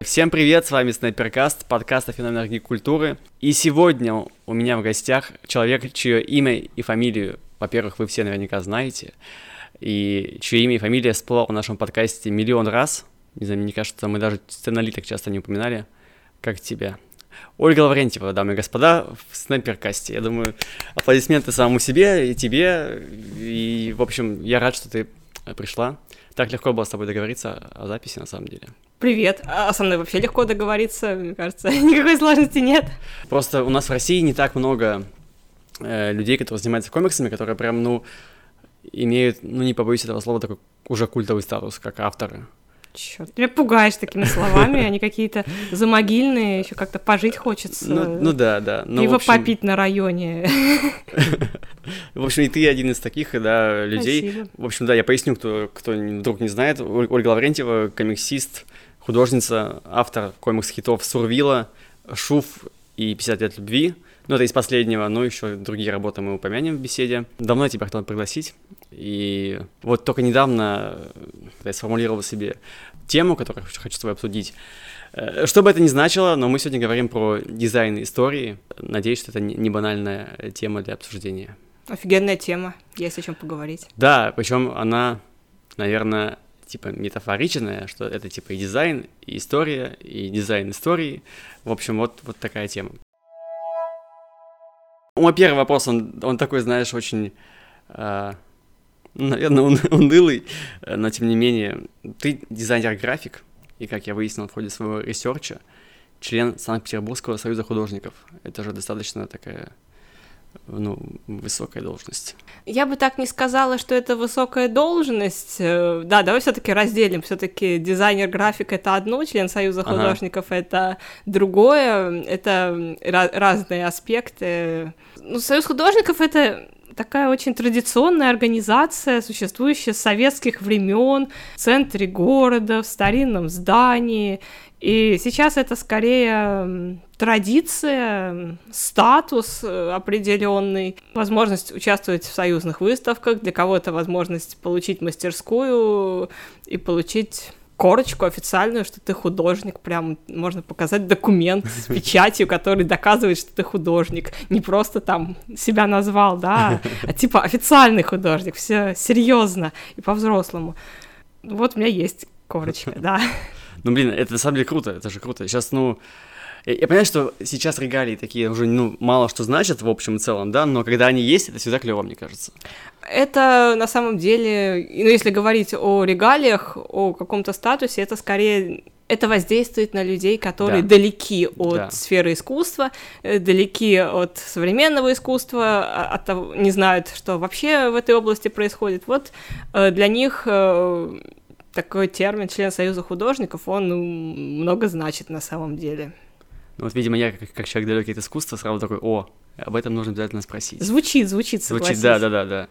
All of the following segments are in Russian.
Всем привет, с вами Снайперкаст, подкаст о феноменах гик-культуры. И сегодня у меня в гостях человек, чье имя и фамилию, во-первых, вы все наверняка знаете, и чье имя и фамилия всплыло в нашем подкасте миллион раз. Не знаю, мне кажется, мы даже сценарий так часто не упоминали, как тебя. Ольга Лаврентьева, дамы и господа, в Снайперкасте. Я думаю, аплодисменты самому себе и тебе. И, в общем, я рад, что ты пришла. Так легко было с тобой договориться о записи, на самом деле. Привет. А со мной вообще легко договориться, мне кажется, никакой сложности нет. Просто у нас в России не так много людей, которые занимаются комиксами, которые прям, имеют, не побоюсь этого слова, такой уже культовый статус, как авторы. Чёрт, ты меня пугаешь такими словами, они какие-то замогильные, еще как-то пожить хочется. Да. Пиво попить на районе. В общем, и ты один из таких, людей. Спасибо. В общем, я поясню, кто вдруг не знает. Ольга Лаврентьева, комиксист, художница, автор комикс-хитов «Сурвилла», «Шуф» и «50 лет любви». Это из последнего, но еще другие работы мы упомянем в беседе. Давно я тебя хотел пригласить, и вот только недавно я сформулировал себе тему, которую хочу с тобой обсудить. Что бы это ни значило, но мы сегодня говорим про дизайн истории. Надеюсь, что это не банальная тема для обсуждения. Офигенная тема, есть о чем поговорить. Да, причем она, наверное, метафоричная, что это и дизайн, и история, и дизайн истории. В общем, вот такая тема. Мой первый вопрос, он такой, знаешь, очень, наверное, унылый, но тем не менее, ты дизайнер-график, и, как я выяснил в ходе своего ресерча, член Санкт-Петербургского союза художников. Это же достаточно такая, высокая должность. Я бы так не сказала, что это высокая должность. Да, давай все-таки разделим. Все-таки дизайнер-график — это одно, член Союза художников — это другое. Это разные аспекты. Союз художников — это такая очень традиционная организация, существующая с советских времен в центре города, в старинном здании. И сейчас это скорее традиция, статус определенный, возможность участвовать в союзных выставках, для кого-то возможность получить мастерскую и получить корочку официальную, что ты художник, прям можно показать документ с печатью, который доказывает, что ты художник, не просто там себя назвал, да, а официальный художник, все серьезно и по-взрослому. Вот у меня есть корочка, да. Это на самом деле круто, это же круто. Сейчас, я понимаю, что сейчас регалии такие уже, мало что значат в общем и целом, да, но когда они есть, это всегда клево, мне кажется. Это на самом деле, если говорить о регалиях, о каком-то статусе, это скорее, это воздействует на людей, которые далеки от сферы искусства, далеки от современного искусства, от того, не знают, что вообще в этой области происходит. Вот для них такой термин «член Союза художников», он много значит на самом деле. Видимо, я, как человек далекий от искусства, сразу такой: об этом нужно обязательно спросить. Звучит, согласись. Да.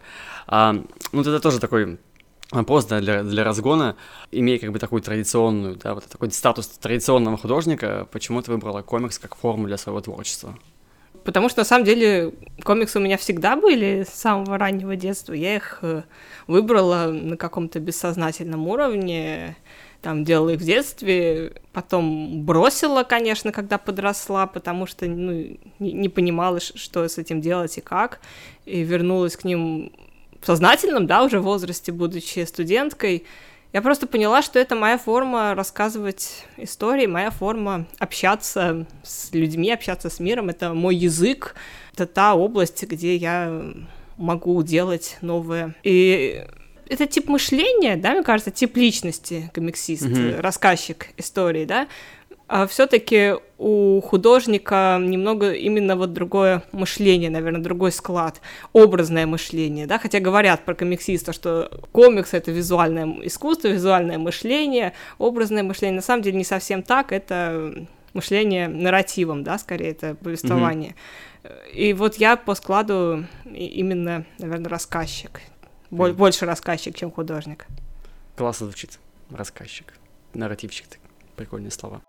Это тоже такой вопрос, для разгона. Имея такую традиционную, такой статус традиционного художника, почему ты выбрала комикс как форму для своего творчества? Потому что, на самом деле, комиксы у меня всегда были с самого раннего детства. Я их выбрала на каком-то бессознательном уровне, делала их в детстве, потом бросила, конечно, когда подросла, потому что не понимала, что с этим делать и как, и вернулась к ним в сознательном, уже возрасте, будучи студенткой. Я просто поняла, что это моя форма рассказывать истории, моя форма общаться с людьми, общаться с миром, это мой язык, это та область, где я могу делать новое. И это тип мышления, мне кажется, тип личности комиксист, рассказчик истории, да. А все-таки у художника немного именно другое мышление, наверное, другой склад, образное мышление, да, хотя говорят про комиксиста, что комикс — это визуальное искусство, визуальное мышление, образное мышление. На самом деле не совсем так, это мышление нарративом, да, скорее, это повествование. И я по складу именно, наверное, рассказчик. Больше рассказчик, чем художник. Классно звучит. Рассказчик. Нарративщик. Прикольные слова.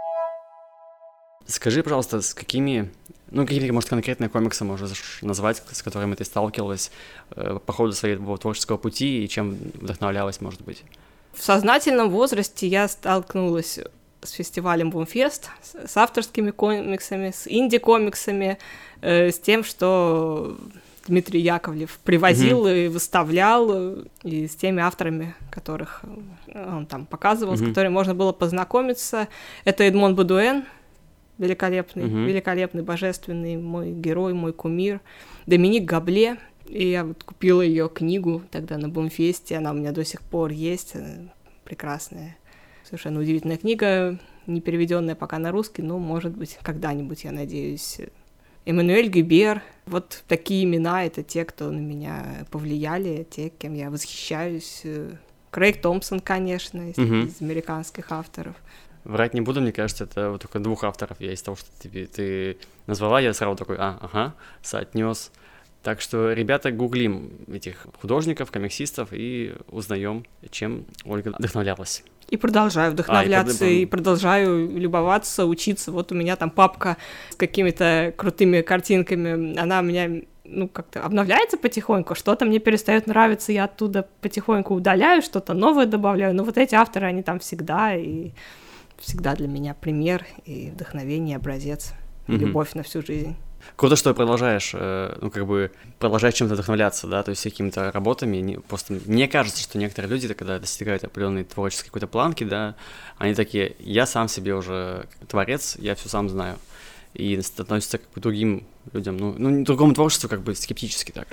Скажи, пожалуйста, с какими, может, конкретные комиксы можешь назвать, с которыми ты сталкивалась по ходу своего творческого пути и чем вдохновлялась, может быть? В сознательном возрасте я столкнулась с фестивалем Бумфест, с авторскими комиксами, с инди-комиксами, с тем, что Дмитрий Яковлев привозил и выставлял, и с теми авторами, которых он там показывал, с которыми можно было познакомиться. Это Эдмон Бодуэн, великолепный, божественный мой герой, мой кумир. Доминик Габле. И я вот купила ее книгу тогда на Бумфесте, она у меня до сих пор есть, прекрасная, совершенно удивительная книга, не переведенная пока на русский, но, может быть, когда-нибудь, я надеюсь. Эммануэль Гюбер, вот такие имена — это те, кто на меня повлияли, те, кем я восхищаюсь. Крейг Томпсон, конечно, из американских авторов. Врать не буду, мне кажется, это вот только 2 авторов я из того, что ты назвала, я сразу такой, соотнес. Так что, ребята, гуглим этих художников, комиксистов и узнаем, чем Ольга вдохновлялась. И продолжаю вдохновляться, и продолжаю любоваться, учиться. Вот у меня там папка с какими-то крутыми картинками, она у меня, как-то обновляется потихоньку, что-то мне перестает нравиться, я оттуда потихоньку удаляю, что-то новое добавляю, но вот эти авторы, они там всегда, и всегда для меня пример, и вдохновение, образец, и любовь на всю жизнь. Круто, что продолжаешь, продолжаешь чем-то вдохновляться, да, то есть какими-то работами. Просто мне кажется, что некоторые люди, когда достигают определенной творческой какой-то планки, да, они такие, я сам себе уже творец, я все сам знаю. И относятся к другим людям, другому творчеству как бы скептически так.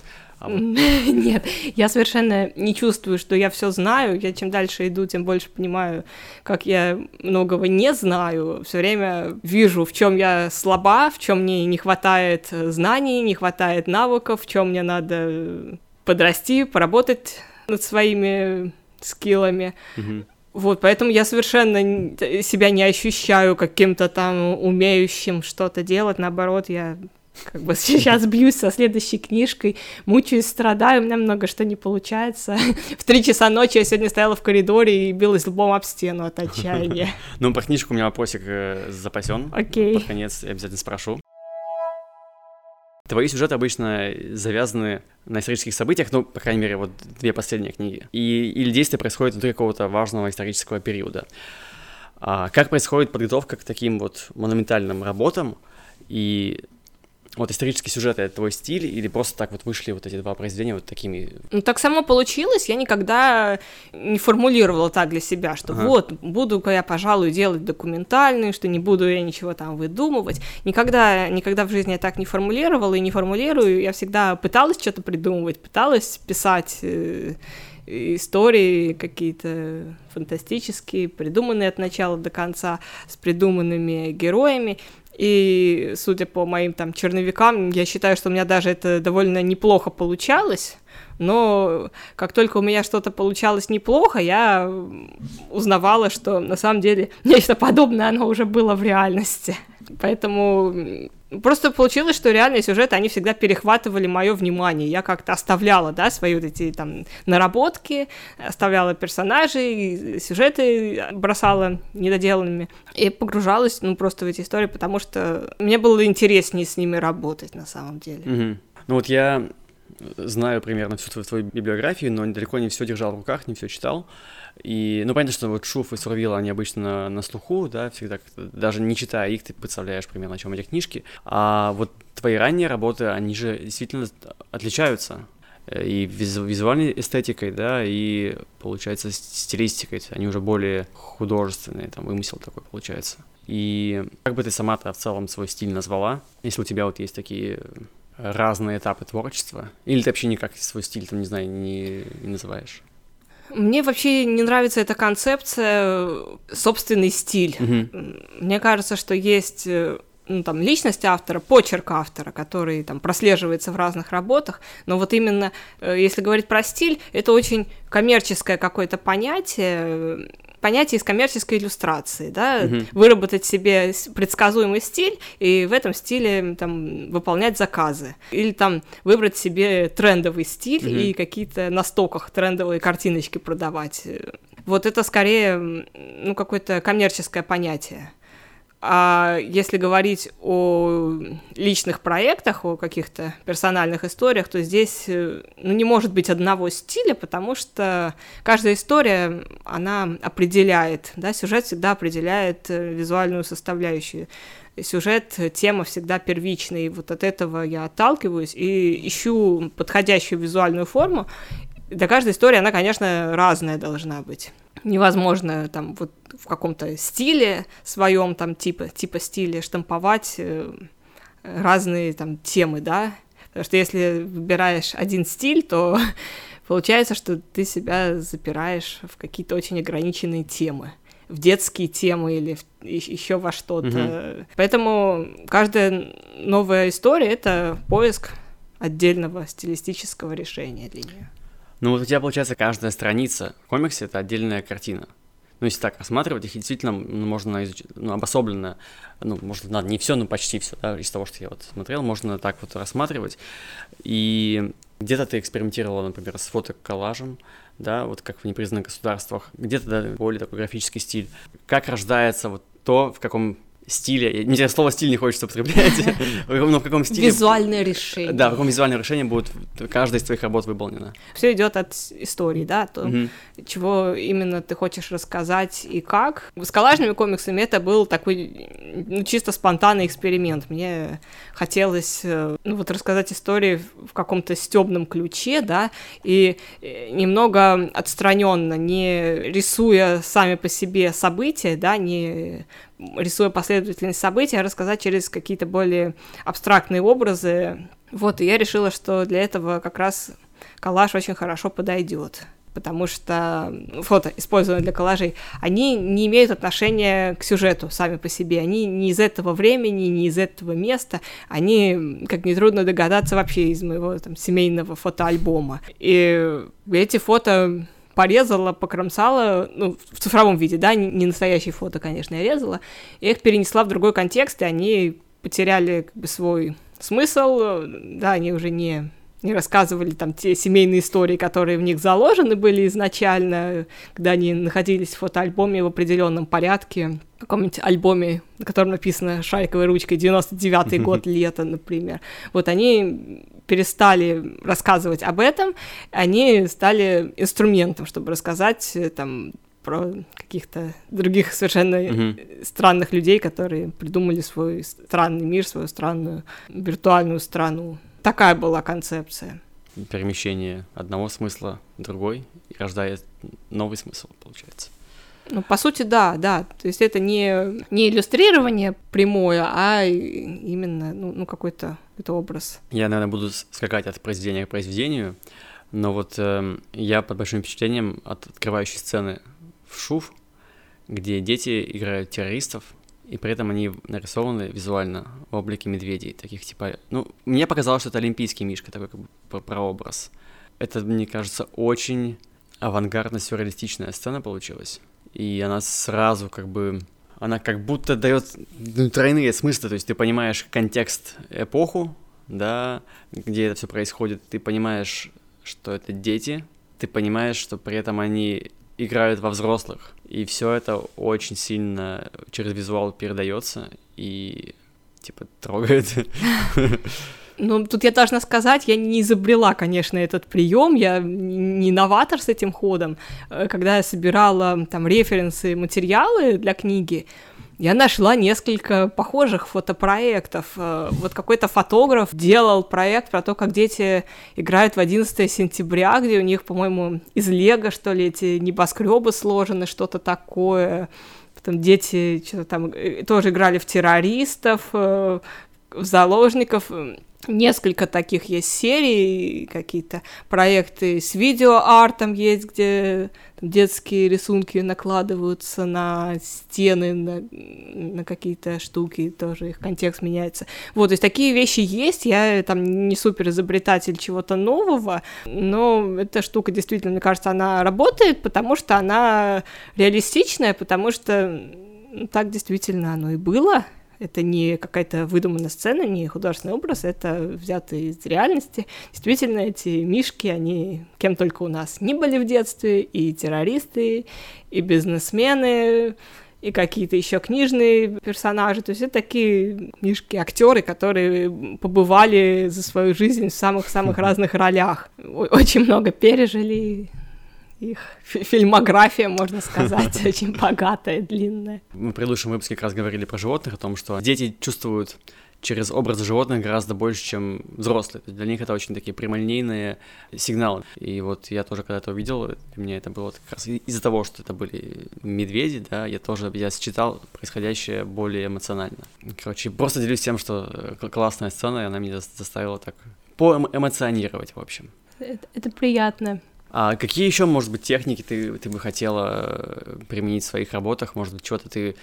Нет, я совершенно не чувствую, что я все знаю. Я чем дальше иду, тем больше понимаю, как я многого не знаю. Все время вижу, в чем я слаба, в чем мне не хватает знаний, не хватает навыков, в чем мне надо подрасти, поработать над своими скиллами. Вот, поэтому я совершенно себя не ощущаю каким-то там умеющим что-то делать. Наоборот, я как бы сейчас бьюсь со следующей книжкой, мучаюсь, страдаю, у меня много что не получается. В 3 часа ночи я сегодня стояла в коридоре и билась лбом об стену от отчаяния. Про книжку у меня вопросик запасен. Окей. Под конец я обязательно спрошу. Твои сюжеты обычно завязаны на исторических событиях, по крайней мере, вот 2 последние книги, или действие происходит внутри какого-то важного исторического периода. Как происходит подготовка к таким вот монументальным работам, и вот исторические сюжеты — это твой стиль, или просто так вот вышли вот эти 2 произведения вот такими? Так само получилось, я никогда не формулировала так для себя, что вот, буду-ка я, пожалуй, делать документальный, что не буду я ничего там выдумывать. Никогда в жизни я так не формулировала и не формулирую, я всегда пыталась что-то придумывать, пыталась писать истории какие-то фантастические, придуманные от начала до конца, с придуманными героями. И, судя по моим там черновикам, я считаю, что у меня даже это довольно неплохо получалось, но как только у меня что-то получалось неплохо, я узнавала, что на самом деле нечто подобное оно уже было в реальности. Поэтому просто получилось, что реальные сюжеты, они всегда перехватывали мое внимание. Я как-то оставляла, свои вот эти там наработки, оставляла персонажей, сюжеты бросала недоделанными и погружалась, просто в эти истории, потому что мне было интереснее с ними работать на самом деле. Вот я знаю примерно всю твою библиографию, но далеко не все держал в руках, не все читал. И, понятно, что вот Шуф и Сурвилла, они обычно на слуху, да, всегда, даже не читая их, ты представляешь примерно, о чем эти книжки. А вот твои ранние работы, они же действительно отличаются и визуальной эстетикой, да, и, получается, стилистикой. Они уже более художественные, там, вымысел такой получается. И как бы ты сама-то в целом свой стиль назвала, если у тебя вот есть такие разные этапы творчества? Или ты вообще никак свой стиль, там, не знаю, не называешь? Мне вообще не нравится эта концепция собственный стиль. Мне кажется, что есть личность автора, почерк автора, который там прослеживается в разных работах, но вот именно, если говорить про стиль, это очень коммерческое какое-то понятие из коммерческой иллюстрации, да, выработать себе предсказуемый стиль и в этом стиле там выполнять заказы. Или там выбрать себе трендовый стиль и какие-то на стоках трендовые картиночки продавать. Вот это скорее, какое-то коммерческое понятие. А если говорить о личных проектах, о каких-то персональных историях, то здесь не может быть одного стиля, потому что каждая история, она определяет, да, сюжет всегда определяет визуальную составляющую. Сюжет, тема всегда первичная, и вот от этого я отталкиваюсь и ищу подходящую визуальную форму. Для каждой истории она, конечно, разная должна быть. Невозможно там вот в каком-то стиле своем, там типа стиле штамповать разные там темы, да, потому что если выбираешь один стиль, то получается, что ты себя запираешь в какие-то очень ограниченные темы, в детские темы или еще во что-то. Поэтому каждая новая история — это поиск отдельного стилистического решения для нее. Ну вот у тебя, получается, каждая страница в комиксе — это отдельная картина. Ну, если так рассматривать, их действительно можно изучить, обособленно, можно не все, но почти все, да, из того, что я вот смотрел, можно так вот рассматривать. И где-то ты экспериментировала, например, с фотоколлажем, да, вот как в непризнанных государствах, где-то, да, более такой графический стиль. Как рождается вот то, в каком стиле, мне слово «стиль» не хочется употреблять, но в каком стиле... Визуальное решение. Да, в каком визуальном решении будет каждая из твоих работ выполнена. Все идет от истории, да, то, чего именно ты хочешь рассказать и как. С коллажными комиксами это был такой чисто спонтанный эксперимент. Мне хотелось рассказать истории в каком-то стёбном ключе, да, и немного отстраненно, не рисуя сами по себе события, да, не рисуя последовательность событий, а рассказать через какие-то более абстрактные образы. Вот, и я решила, что для этого как раз коллаж очень хорошо подойдет, потому что фото, использованные для коллажей, они не имеют отношения к сюжету сами по себе, они не из этого времени, не из этого места, они, как нетрудно догадаться, вообще из моего там семейного фотоальбома. И эти фото порезала, покромсала, в цифровом виде, да, не настоящие фото, конечно, я резала, я их перенесла в другой контекст, и они потеряли свой смысл, да, они уже не рассказывали там те семейные истории, которые в них заложены были изначально, когда они находились в фотоальбоме в определенном порядке, в каком-нибудь альбоме, на котором написано шариковой ручкой 99-й год, лето, например. Вот они перестали рассказывать об этом, они стали инструментом, чтобы рассказать там про каких-то других совершенно странных людей, которые придумали свой странный мир, свою странную виртуальную страну. Такая была концепция. Перемещение одного смысла в другой и рождает новый смысл, получается. По сути, да. То есть это не иллюстрирование прямое, а именно какой-то образ. Я, наверное, буду скакать от произведения к произведению, но вот я под большим впечатлением от открывающей сцены в ШУФ, где дети играют террористов, и при этом они нарисованы визуально в облике медведей, таких типа... мне показалось, что это олимпийский мишка, такой как бы прообраз. Это, мне кажется, очень авангардно-сюрреалистичная сцена получилась, и она сразу она как будто дает тройные смыслы, то есть ты понимаешь контекст, эпоху, да, где это все происходит, ты понимаешь, что это дети, ты понимаешь, что при этом они играют во взрослых, и все это очень сильно через визуал передается и трогает. Тут я должна сказать, я не изобрела, конечно, этот прием, я не новатор с этим ходом. Когда я собирала там референсы, материалы для книги, я нашла несколько похожих фотопроектов. Вот какой-то фотограф делал проект про то, как дети играют в 11 сентября, где у них, по-моему, из лего, что ли, эти небоскребы сложены, что-то такое. Потом дети что-то там тоже играли в террористов, в заложников. Несколько таких есть серий, какие-то проекты с видеоартом есть, где детские рисунки накладываются на стены, на какие-то штуки, тоже их контекст меняется. Вот, то есть такие вещи есть, я там не супер изобретатель чего-то нового, но эта штука действительно, мне кажется, она работает, потому что она реалистичная, потому что так действительно оно и было. Это не какая-то выдуманная сцена, не художественный образ, это взято из реальности. Действительно, эти мишки, они кем только у нас не были в детстве, и террористы, и бизнесмены, и какие-то еще книжные персонажи. То есть это такие книжки, актеры, которые побывали за свою жизнь в самых-самых разных ролях. Очень много пережили. Их фильмография, можно сказать, очень богатая, длинная. Мы в предыдущем выпуске как раз говорили про животных, о том, что дети чувствуют через образы животных гораздо больше, чем взрослые. Для них это очень такие прямолинейные сигналы. И вот я тоже когда это увидел, для меня это было как раз из-за того, что это были медведи, да, я считал происходящее более эмоционально. Короче, просто делюсь тем, что классная сцена, и она меня заставила так поэмоционировать, в общем. Это приятно. А какие еще, может быть, техники ты бы хотела применить в своих работах? Может быть, чего-то ты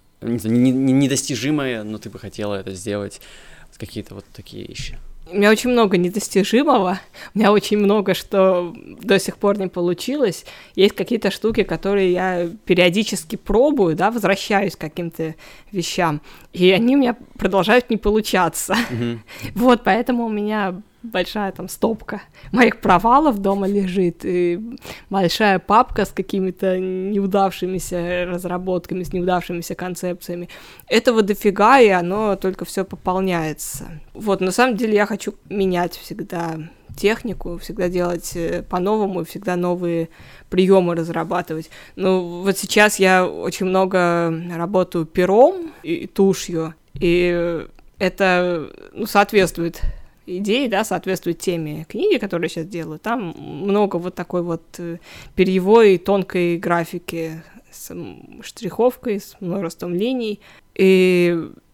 недостижимое, но ты бы хотела это сделать? Какие-то вот такие вещи. У меня очень много недостижимого, у меня очень много, что до сих пор не получилось. Есть какие-то штуки, которые я периодически пробую, да, возвращаюсь к каким-то вещам, и они у меня продолжают не получаться. Вот, поэтому у меня большая там стопка моих провалов дома лежит, и большая папка с какими-то неудавшимися разработками, с неудавшимися концепциями. Этого дофига, и оно только все пополняется. Вот, на самом деле я хочу менять всегда технику, всегда делать по-новому, всегда новые приемы разрабатывать. Ну, вот сейчас я очень много работаю пером и тушью, и это, соответствует идеи, да, соответствует теме книги, которую я сейчас делаю. Там много вот такой вот перьевой, тонкой графики с штриховкой, с множеством линий. И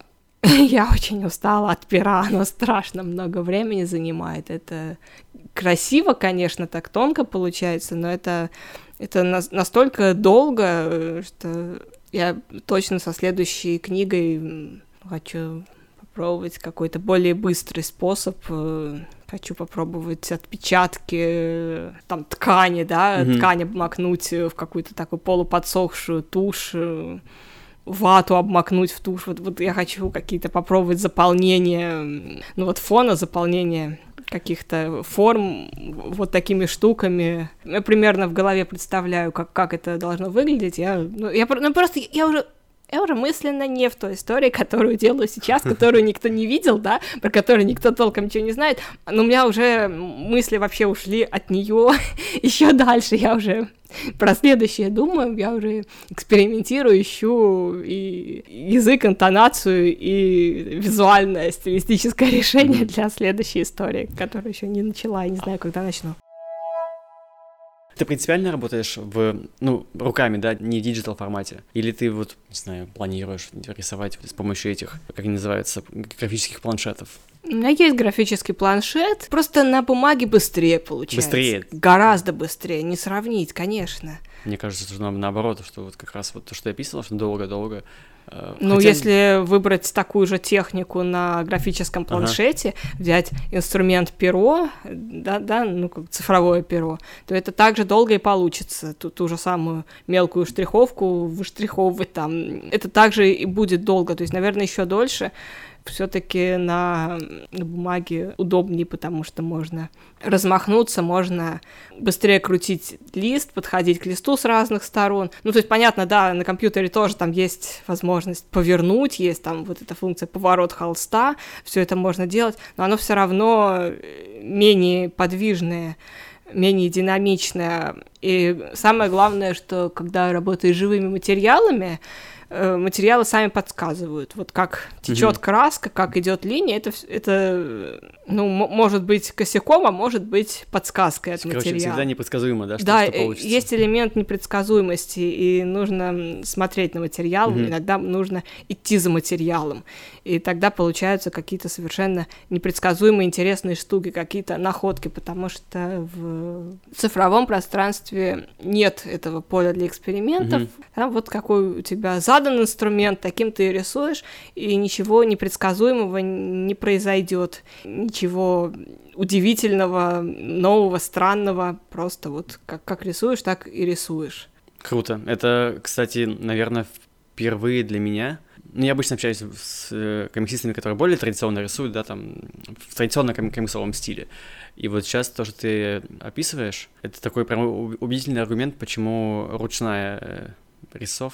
я очень устала от пера, оно страшно много времени занимает. Это красиво, конечно, так тонко получается, но это настолько долго, что я точно со следующей книгой хочу попробовать какой-то более быстрый способ. Хочу попробовать отпечатки там ткани, да, ткань обмакнуть в какую-то такую полуподсохшую тушь, вату обмакнуть в тушь. Вот я хочу какие-то попробовать заполнения, фона, заполнения каких-то форм вот такими штуками. Я примерно в голове представляю, как это должно выглядеть. Я уже мысленно не в той истории, которую делаю сейчас, которую никто не видел, да, про которую никто толком ничего не знает, но у меня уже мысли вообще ушли от нее еще дальше, я уже про следующее думаю, я уже экспериментирую, ищу и язык, интонацию и визуальное стилистическое решение для следующей истории, которую еще не начала и не знаю, когда начну. Ты принципиально работаешь руками, да, не в диджитал формате? Или ты планируешь рисовать с помощью этих, как они называются, графических планшетов? У меня есть графический планшет, просто на бумаге быстрее получается. Быстрее? Гораздо быстрее, не сравнить, конечно. Мне кажется, что наоборот, что вот как раз вот то, что я описывал, что долго-долго. Если выбрать такую же технику на графическом планшете, взять инструмент перо, как цифровое перо, то это также долго и получится. Ту же самую мелкую штриховку выштриховывать там. Это также и будет долго, то есть, наверное, еще дольше. Все-таки на бумаге удобнее, потому что можно размахнуться, можно быстрее крутить лист, подходить к листу с разных сторон. То есть, понятно, да, на компьютере тоже там есть возможность повернуть, есть там вот эта функция поворот холста, все это можно делать, но оно все равно менее подвижное, менее динамичное. И самое главное, что когда работаешь с живыми материалами, материалы сами подсказывают. Вот как течет краска, как идет линия, это может быть косяком, а может быть подсказкой от материала. Всегда непредсказуемо, да, что получится. Да, есть элемент непредсказуемости, и нужно смотреть на материал, иногда нужно идти за материалом, и тогда получаются какие-то совершенно непредсказуемые интересные штуки, какие-то находки, потому что в цифровом пространстве нет этого поля для экспериментов. Там вот какой у тебя задан инструмент, таким ты и рисуешь, и ничего непредсказуемого не произойдет, ничего удивительного, нового, странного, просто вот как рисуешь, так и рисуешь. Круто. Это, кстати, наверное, впервые для меня. Я обычно общаюсь с комиксистами, которые более традиционно рисуют, да, там, в традиционном комиксовом стиле. И вот сейчас то, что ты описываешь, это такой прям убедительный аргумент, почему ручная рисовка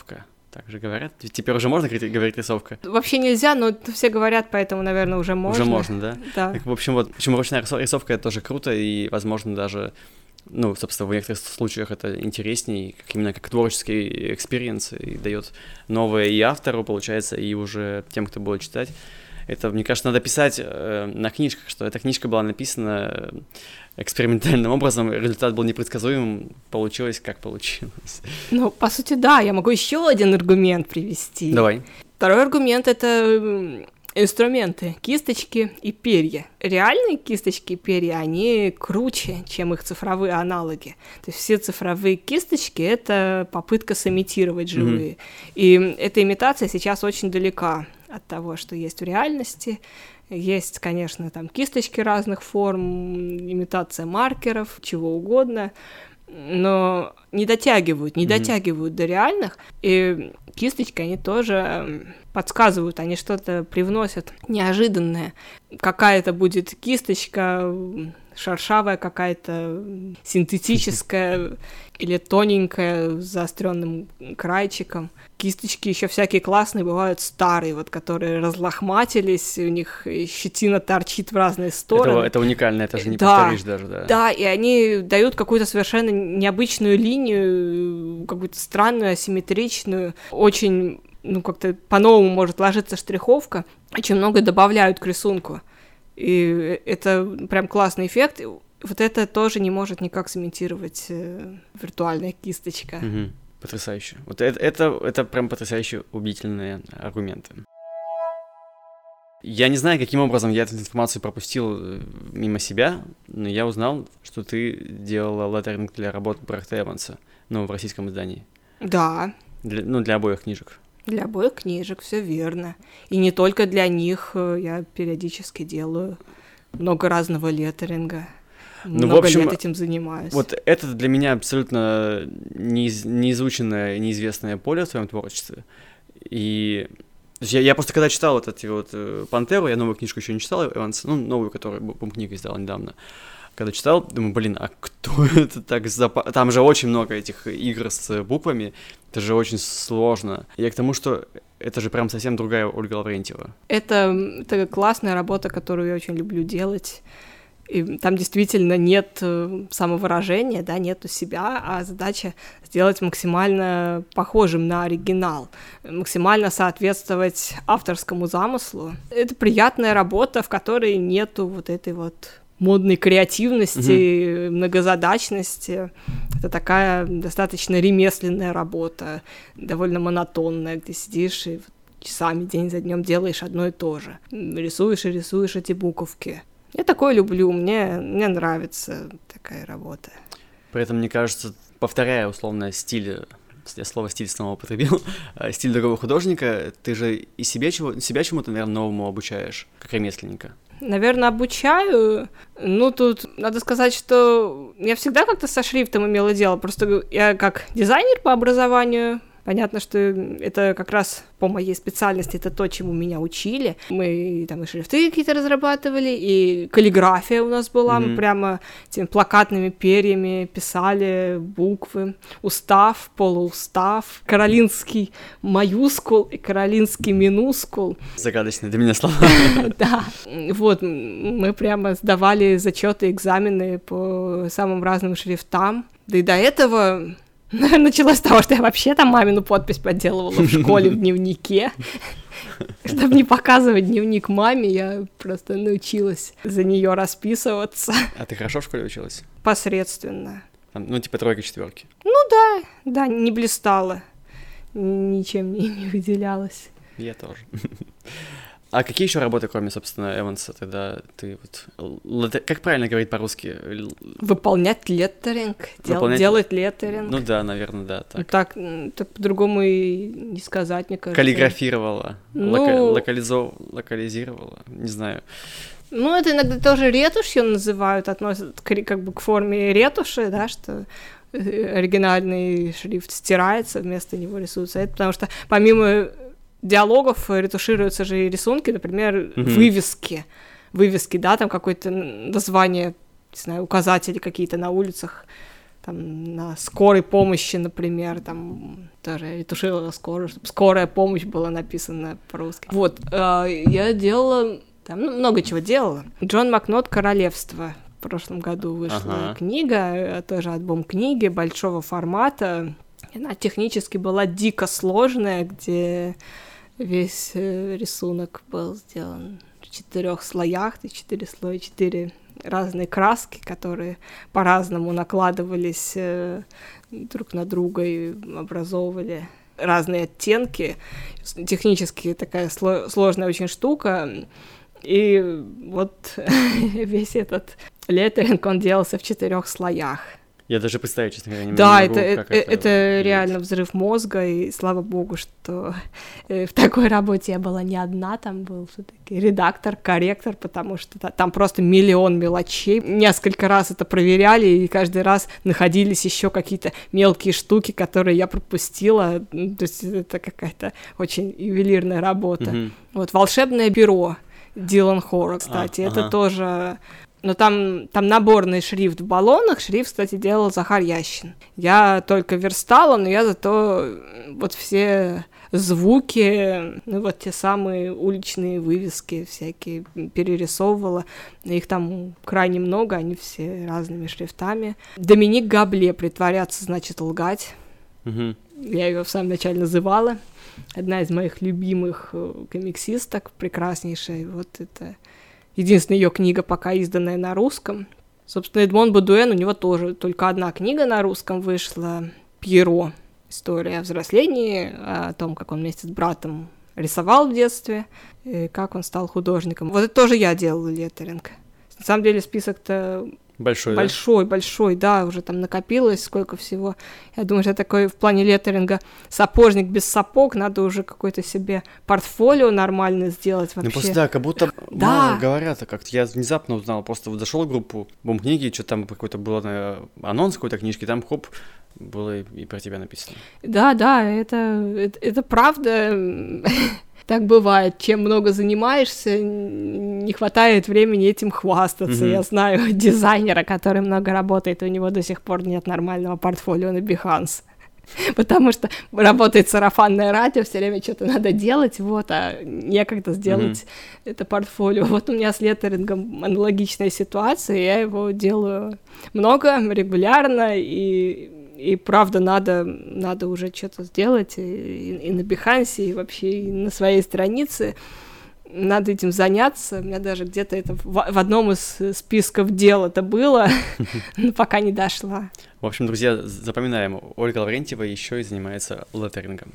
Так же говорят? Теперь уже можно говорить рисовка? Вообще нельзя, но все говорят, поэтому, наверное, уже можно. Уже можно, да? Да. Так, в общем, вот, почему ручная рисовка — это тоже круто, и, возможно, даже, ну, собственно, в некоторых случаях это интересней, именно как творческий экспириенс, и дает новое и автору, получается, и уже тем, кто будет читать. Это, мне кажется, надо писать на книжках, что эта книжка была написана экспериментальным образом, результат был непредсказуемым, получилось, как получилось. Ну, по сути, да, я могу еще один аргумент привести. Давай. Второй аргумент — это инструменты, кисточки и перья. Реальные кисточки и перья, они круче, чем их цифровые аналоги. То есть все цифровые кисточки — это попытка сымитировать живые. И эта имитация сейчас очень далека от того, что есть в реальности. Есть, конечно, там кисточки разных форм, имитация маркеров, чего угодно, но не дотягивают до реальных. И кисточки, они тоже подсказывают, они что-то привносят неожиданное. Какая-то будет кисточка шершавая, какая-то синтетическая или тоненькая с заостренным крайчиком. Кисточки еще всякие классные бывают старые, вот которые разлохматились, у них щетина торчит в разные стороны. Это уникально, это же не повторишь даже, да. Да, и они дают какую-то совершенно необычную линию, какую-то странную, асимметричную, очень, ну, как-то по-новому может ложиться штриховка, очень много добавляют к рисунку. И это прям классный эффект. Вот это тоже не может никак сымитировать виртуальная кисточка. Угу. Потрясающе. Вот это прям потрясающе убедительные аргументы. Я не знаю, каким образом я эту информацию пропустил мимо себя, но я узнал, что ты делала леттеринг для работ Брэхта Эванса, ну, в российском издании. Да. Для обоих книжек. Для обоих книжек, все верно. И не только для них, я периодически делаю много разного леттеринга. Много лет этим занимаюсь. Вот это для меня абсолютно неизученное, неизвестное поле в твоем творчестве. И я просто когда читал вот эти вот «Пантеру», я новую книжку еще не читал, Эванса, ну, новую, которую бум-книга издала недавно. Когда читал, думаю, блин, а кто это так Там же очень много этих игр с буквами, это же очень сложно. Я к тому, что это же прям совсем другая Ольга Лаврентьева. Это классная работа, которую я очень люблю делать. И там действительно нет самовыражения, да, нету себя, а задача сделать максимально похожим на оригинал, максимально соответствовать авторскому замыслу. Это приятная работа, в которой нету вот этой вот модной креативности, многозадачности. Это такая достаточно ремесленная работа, довольно монотонная, где сидишь и часами день за днем делаешь одно и то же. Рисуешь и рисуешь эти буковки. Я такое люблю, мне нравится такая работа. При этом, мне кажется, повторяя условно стиль, я слово «стиль» снова употребил, стиль другого художника, ты же и себя чему-то, наверное, новому обучаешь, как ремесленника. Наверное, обучаю. Ну, тут надо сказать, что я всегда как-то со шрифтом имела дело. Просто я как дизайнер по образованию. Понятно, что это как раз по моей специальности, это то, чему меня учили. Мы там и шрифты какие-то разрабатывали, и каллиграфия у нас была. Мы прямо этими плакатными перьями писали буквы. Устав, полуустав, каролинский маюскул и каролинский минускул. Загадочные для меня слова. Да. Вот, мы прямо сдавали зачеты, экзамены по самым разным шрифтам. Да и до этого... Началось с того, что я вообще там мамину подпись подделывала в школе в дневнике. Чтобы не показывать дневник маме, я просто научилась за нее расписываться. А ты хорошо в школе училась? Посредственно. Ну, типа тройки, четверки. Ну да, не блистала. Ничем не выделялась. Я тоже. А какие еще работы, кроме, собственно, Эванса, тогда ты вот... Как правильно говорить по-русски? Выполнять леттеринг, делать леттеринг. Ну да, наверное, да. Так по-другому и не сказать, мне кажется. Каллиграфировала, локализировала, не знаю. Ну, это иногда тоже ретушью называют, относят как бы к форме ретуши, да, что оригинальный шрифт стирается, вместо него рисуется это, потому что помимо... диалогов ретушируются же и рисунки, например, вывески, да, там какое-то название, не знаю, указатели какие-то на улицах там на скорой помощи, например, там тоже ретушировала скорую, чтобы скорая помощь была написана по-русски. Вот, я делала, там, много чего делала. Джон Макнот «Королевство». В прошлом году вышла книга, тоже альбом книги большого формата. Она технически была дико сложная, где весь рисунок был сделан в 4 слоях, 4 слоя, 4 разные краски, которые по-разному накладывались друг на друга и образовывали разные оттенки. Технически такая сложная очень штука. И вот весь этот леттеринг, он делался в 4 слоях. Я даже представить, честно говоря, не да, могу, как это реально взрыв мозга, и слава богу, что в такой работе я была не одна, там был все-таки редактор, корректор, потому что там просто миллион мелочей. Несколько раз это проверяли, и каждый раз находились еще какие-то мелкие штуки, которые я пропустила. То есть это какая-то очень ювелирная работа. Вот «Волшебное перо» Дилан Хора, кстати, это тоже... Но там наборный шрифт в баллонах. Шрифт, кстати, делал Захар Ящин. Я только верстала, но я зато вот все звуки, ну вот те самые уличные вывески всякие перерисовывала. Их там крайне много, они все разными шрифтами. Доминик Габле «Притворяться значит лгать». Я ее в самом начале называла. Одна из моих любимых комиксисток, прекраснейшая. Вот это... Единственная ее книга, пока изданная на русском. Собственно, Эдмон Бодуэн, у него тоже только одна книга на русском вышла. «Пьеро. История о взрослении», о том, как он вместе с братом рисовал в детстве, и как он стал художником. Вот это тоже я делала леттеринг. На самом деле список-то большой, да, уже там накопилось сколько всего. Я думаю, что такой в плане леттеринга сапожник без сапог, надо уже какое-то себе портфолио нормально сделать вообще. Ну просто да, как будто мало говорят, как-то я внезапно узнал, просто вот зашел в группу бум-книги, что там какой-то был анонс какой-то книжки, там хоп, было и про тебя написано. Да, это правда. Так бывает, чем много занимаешься, не хватает времени этим хвастаться. Я знаю дизайнера, который много работает, у него до сих пор нет нормального портфолио на Behance. Потому что работает сарафанное радио, все время что-то надо делать, вот, а некогда сделать это портфолио. Вот у меня с леттерингом аналогичная ситуация, я его делаю много, регулярно, и правда, надо уже что-то сделать и на Behance, и вообще и на своей странице. Надо этим заняться. У меня даже где-то это в одном из списков дел это было, но пока не дошла. В общем, друзья, запоминаем, Ольга Лаврентьева еще и занимается леттерингом.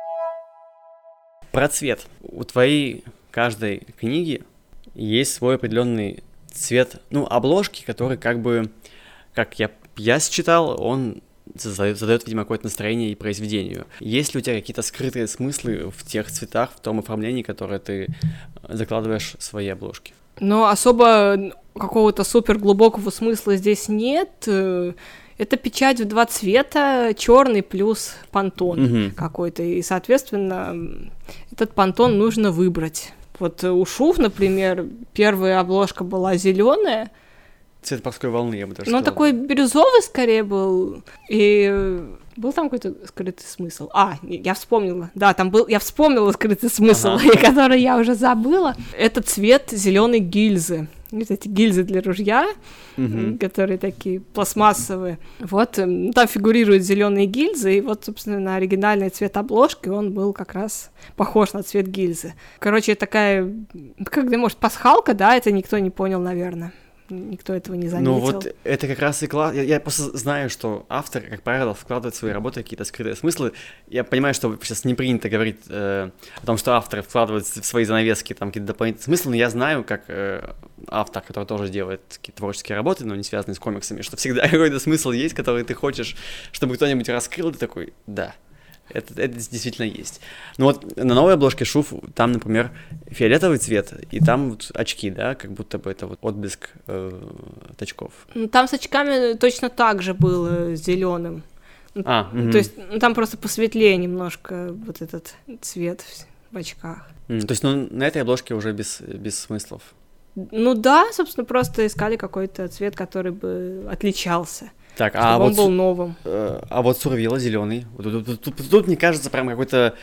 Про цвет. У твоей каждой книги есть свой определенный цвет, ну, обложки, который как бы, как я считал, он задает, видимо, какое-то настроение и произведению. Есть ли у тебя какие-то скрытые смыслы в тех цветах, в том оформлении, которое ты закладываешь в свои обложки? Ну, особо какого-то супер глубокого смысла здесь нет. Это печать в 2 цвета, черный плюс пантон какой-то. И, соответственно, этот пантон нужно выбрать. Вот у Шуф, например, первая обложка была зеленая. Цвет морской волны, я бы даже сказал. Ну, такой бирюзовый скорее был, и был там какой-то скрытый смысл. Я вспомнила. Да, я вспомнила скрытый смысл, который я уже забыла. Это цвет зеленой гильзы. Вот эти гильзы для ружья, которые такие пластмассовые. Вот, там фигурируют зеленые гильзы, и вот, собственно, оригинальный цвет обложки, он был как раз похож на цвет гильзы. Короче, такая, может, пасхалка, да, это никто не понял, наверное. Никто этого не заметил. Ну вот это как раз и классно. Я просто знаю, что автор, как правило, вкладывает в свои работы какие-то скрытые смыслы. Я понимаю, что сейчас не принято говорить о том, что авторы вкладывают в свои занавески там какие-то дополнительные смыслы, но я знаю, как автор, который тоже делает какие-то творческие работы, но не связанные с комиксами, что всегда какой-то смысл есть, который ты хочешь, чтобы кто-нибудь раскрыл, и ты такой, да. Это действительно есть. Ну вот на новой обложке Шуф там, например, фиолетовый цвет, и там вот очки, да, как будто бы это вот отблеск от очков. Там с очками точно так же было зеленым. То есть там просто посветлее немножко вот этот цвет в очках. То есть на этой обложке уже без смыслов. Ну да, собственно, просто искали какой-то цвет, который бы отличался. Так, чтобы он был новым. А вот Сурвила зеленый. Тут, мне кажется, прям какой-то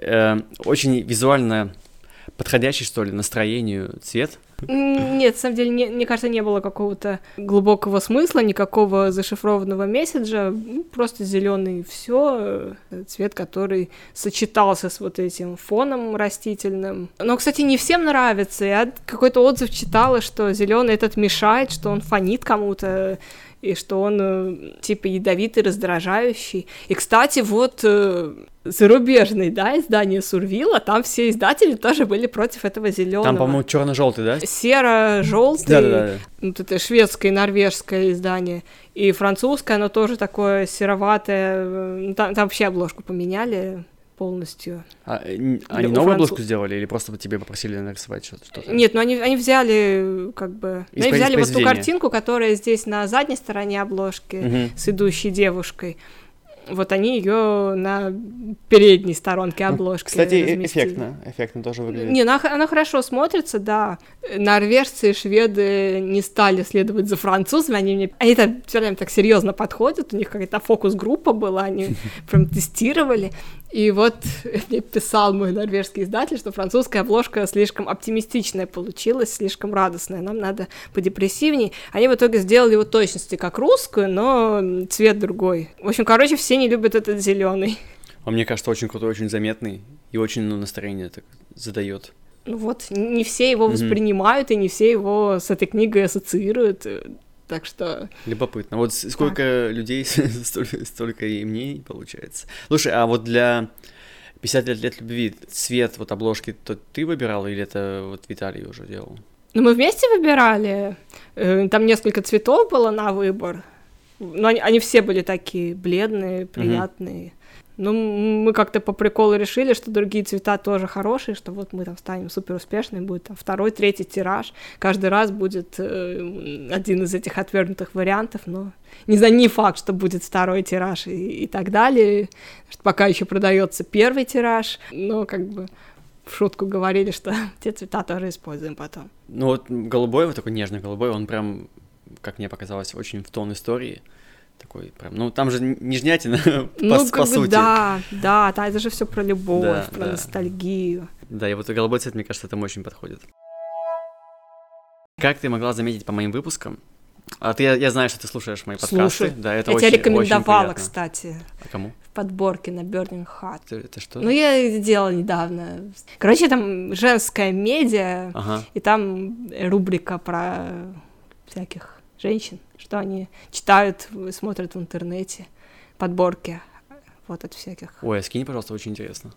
очень визуально подходящий, что ли, настроению цвет. Нет, на самом деле, мне кажется, не было какого-то глубокого смысла, никакого зашифрованного месседжа, просто зеленый все, цвет, который сочетался с вот этим фоном растительным. Но, кстати, не всем нравится. Я какой-то отзыв читала, что зеленый этот мешает, что он фонит кому-то, и что он, типа, ядовитый, раздражающий. И, кстати, вот зарубежные, да, издания Сурвила, там все издатели тоже были против этого зеленого. Там, по-моему, черно-желтый, да? Серо-желтый. Да. Вот это шведское и норвежское издание. И французское, оно тоже такое сероватое. Там вообще обложку поменяли полностью. Они новую обложку сделали или просто тебе попросили нарисовать что-то? Нет, ну они взяли как бы... Они взяли вот ту картинку, которая здесь на задней стороне обложки с идущей девушкой. Вот они ее на передней сторонке обложки кстати, эффектно тоже выглядит. Не, она хорошо смотрится, да. Норвежцы и шведы не стали следовать за французами, они там все время так серьезно подходят, у них какая-то фокус-группа была, они прям тестировали. И вот мне писал мой норвежский издатель, что французская обложка слишком оптимистичная получилась, слишком радостная, нам надо подепрессивней. Они в итоге сделали его точности как русскую, но цвет другой. В общем, короче, все не любят этот зеленый. А мне кажется, очень крутой, очень заметный и очень настроение так задает. Ну вот, не все его воспринимают, и не все его с этой книгой ассоциируют. Так что... Любопытно. Вот сколько людей, столько и мнений получается. Слушай, а вот для 50 лет любви цвет вот обложки то ты выбирала или это вот Виталий уже делал? Ну, мы вместе выбирали. Там несколько цветов было на выбор. Но они все были такие бледные, приятные. Ну, мы как-то по приколу решили, что другие цвета тоже хорошие, что вот мы там станем супер успешными, будет там 2-й, 3-й тираж, каждый раз будет один из этих отвергнутых вариантов, но не знаю, не факт, что будет 2-й тираж и так далее, что пока еще продается 1-й тираж, но как бы в шутку говорили, что те цвета тоже используем потом. Ну вот голубой, вот такой нежный голубой, он прям, как мне показалось, очень в тон истории. Такой прям, ну там же нежнятина, по сути. Да, это же все про любовь, про ностальгию. Да, и вот голубой цвет, мне кажется, этому очень подходит. Как ты могла заметить по моим выпускам? Я знаю, что ты слушаешь мои подкасты. Слушай, да, это я очень, тебя рекомендовала, очень кстати. А кому? В подборке на Burning Heart. Это что? Ну, я делала недавно. Короче, там женская медиа, и там рубрика про всяких женщин, что они читают, смотрят в интернете, подборки вот от всяких. Ой, скинь, пожалуйста, очень интересно.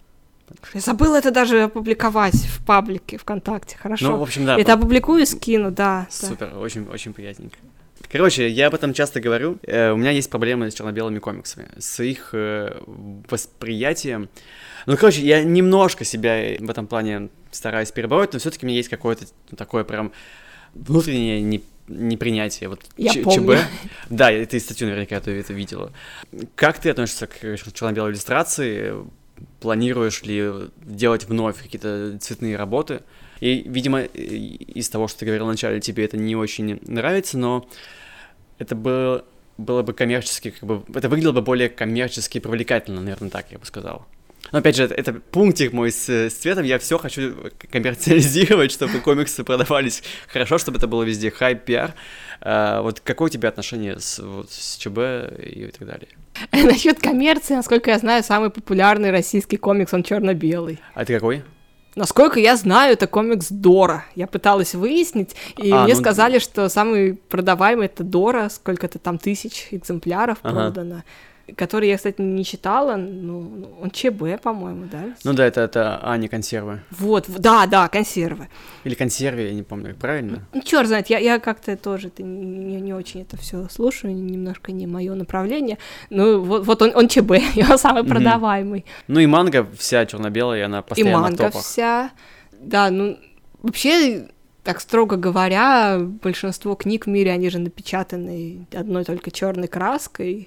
Я забыла это даже опубликовать в паблике ВКонтакте, хорошо. Ну, в общем, да. Это опубликую и скину, да. Супер, очень, очень приятненько. Короче, я об этом часто говорю. У меня есть проблемы с черно-белыми комиксами, с их восприятием. Ну, короче, я немножко себя в этом плане стараюсь перебороть, но все-таки у меня есть какое-то такое прям внутреннее непринятие. Вот я помню. ЧБ. Да, ты статью наверняка это видела. Как ты относишься к черно-белой иллюстрации? Планируешь ли делать вновь какие-то цветные работы? И, видимо, из того, что ты говорил вначале, тебе это не очень нравится, но это было бы коммерчески, это выглядело бы более коммерчески привлекательно, наверное, так я бы сказал. Но, опять же, это пунктик мой с цветом, я все хочу коммерциализировать, чтобы комиксы продавались хорошо, чтобы это было везде хайп, пиар. Вот какое у тебя отношение с ЧБ и так далее? Насчет коммерции, насколько я знаю, самый популярный российский комикс, он черно-белый. А ты какой? Насколько я знаю, это комикс Дора. Я пыталась выяснить, и мне сказали, что самый продаваемый это Дора, сколько-то там 1000 экземпляров продано. Который я, кстати, не читала, ну, он ЧБ, по-моему, да? Ну да, это не консервы. Вот, да, консервы. Или консервы, я не помню, правильно? Ну, чёрт знает, я как-то тоже не очень это все слушаю, немножко не мое направление. Ну, вот он ЧБ, его самый продаваемый. Ну и манга вся черно-белая, она постоянно в топах. И манга вся, да, ну, вообще... Так строго говоря, большинство книг в мире, они же напечатаны одной только черной краской,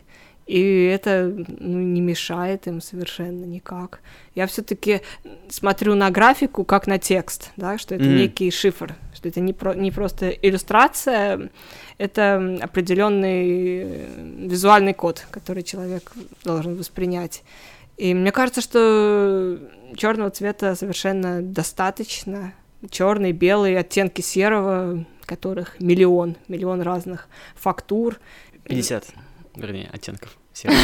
И это не мешает им совершенно никак. Я все-таки смотрю на графику как на текст, да, что это некий шифр, что это не просто иллюстрация, это определенный визуальный код, который человек должен воспринять. И мне кажется, что черного цвета совершенно достаточно. Черный, белый, оттенки серого, которых миллион разных фактур. 50. Вернее, оттенков серого.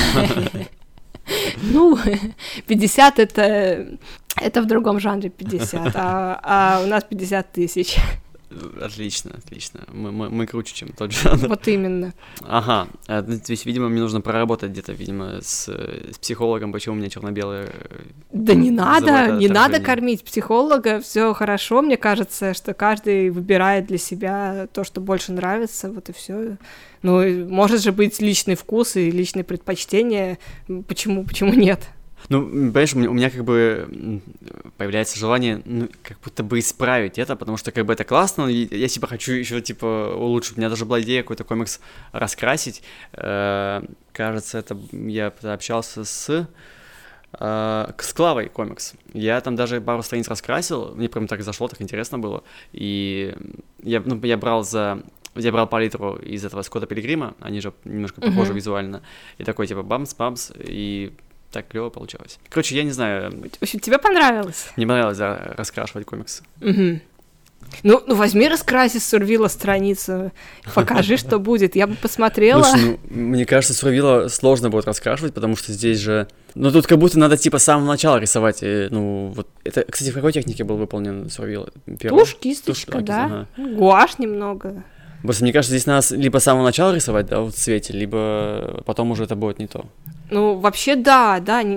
50 это в другом жанре 50, а у нас 50 тысяч. Отлично. Мы круче, чем тот жанр. Вот именно. Ага, то есть, видимо, мне нужно проработать где-то, видимо, с психологом, почему у меня черно-белое. Да не надо кормить психолога, все хорошо, мне кажется, что каждый выбирает для себя то, что больше нравится, вот и все. Ну, может же быть личный вкус и личные предпочтения, почему нет? Ну, понимаешь, у меня как бы появляется желание, как будто бы исправить это, потому что как бы это классно, я типа хочу еще типа улучшить. У меня даже была идея какой-то комикс раскрасить. Кажется, это я общался с Клавой комикс. Я там даже пару страниц раскрасил, мне прям так зашло, так интересно было. И я брал палитру из этого Скотта Пилигрима, они же немножко похожи визуально, и такой типа бамс-бамс, и так клево получалось. Короче, я не знаю. В общем, тебе понравилось? Мне понравилось, да, раскрашивать комиксы. Ну, возьми, раскраси Сурвила страницу, покажи, что будет. Я бы посмотрела. Слушай, мне кажется, Сурвила сложно будет раскрашивать, потому что здесь же... Ну, тут как будто надо, типа, с самого начала рисовать. Ну, вот... Это, кстати, в какой технике был выполнен Сурвила? Тушь, кисточка, да. Ага. Гуашь немного. Просто мне кажется, здесь надо либо с самого начала рисовать, да, вот в цвете, либо потом уже это будет не то. Ну, вообще, да,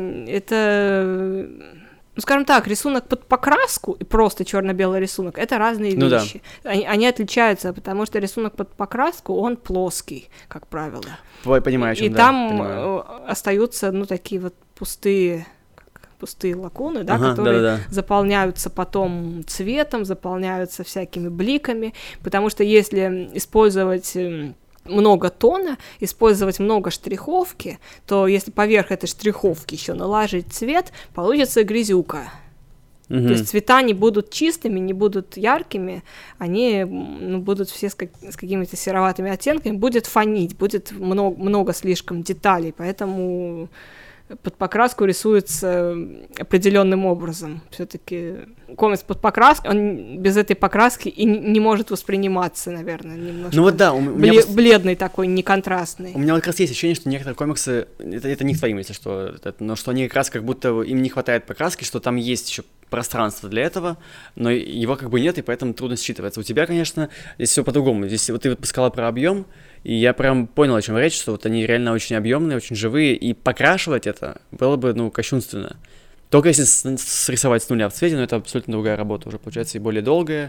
это... Ну, скажем так, рисунок под покраску и просто черно-белый рисунок — это разные вещи. Да. Они отличаются, потому что рисунок под покраску, он плоский, как правило. Понимаю, о чём, и там остаются, такие вот пустые лакуны, да, которые заполняются потом цветом, заполняются всякими бликами, потому что если использовать много тона, использовать много штриховки, то если поверх этой штриховки еще наложить цвет, получится грязюка. То есть цвета не будут чистыми, не будут яркими, они будут все с какими-то сероватыми оттенками, будет фонить, будет много слишком деталей, поэтому под покраску рисуется определенным образом. Все-таки комикс под покраской, он без этой покраски и не может восприниматься, наверное, немножко. Ну вот да, бледный такой, неконтрастный. У меня вот как раз есть ощущение, что некоторые комиксы, это не к твоим, если что, но что они как раз как будто им не хватает покраски, что там есть еще пространство для этого, но его как бы нет, и поэтому трудно считываться. У тебя, конечно, здесь все по-другому. Здесь вот ты вот сказала про объем, и я прям понял, о чем речь, что вот они реально очень объемные, очень живые, и покрашивать это было бы, кощунственно. Только если срисовать с нуля в цвете, но это абсолютно другая работа уже получается, и более долгая,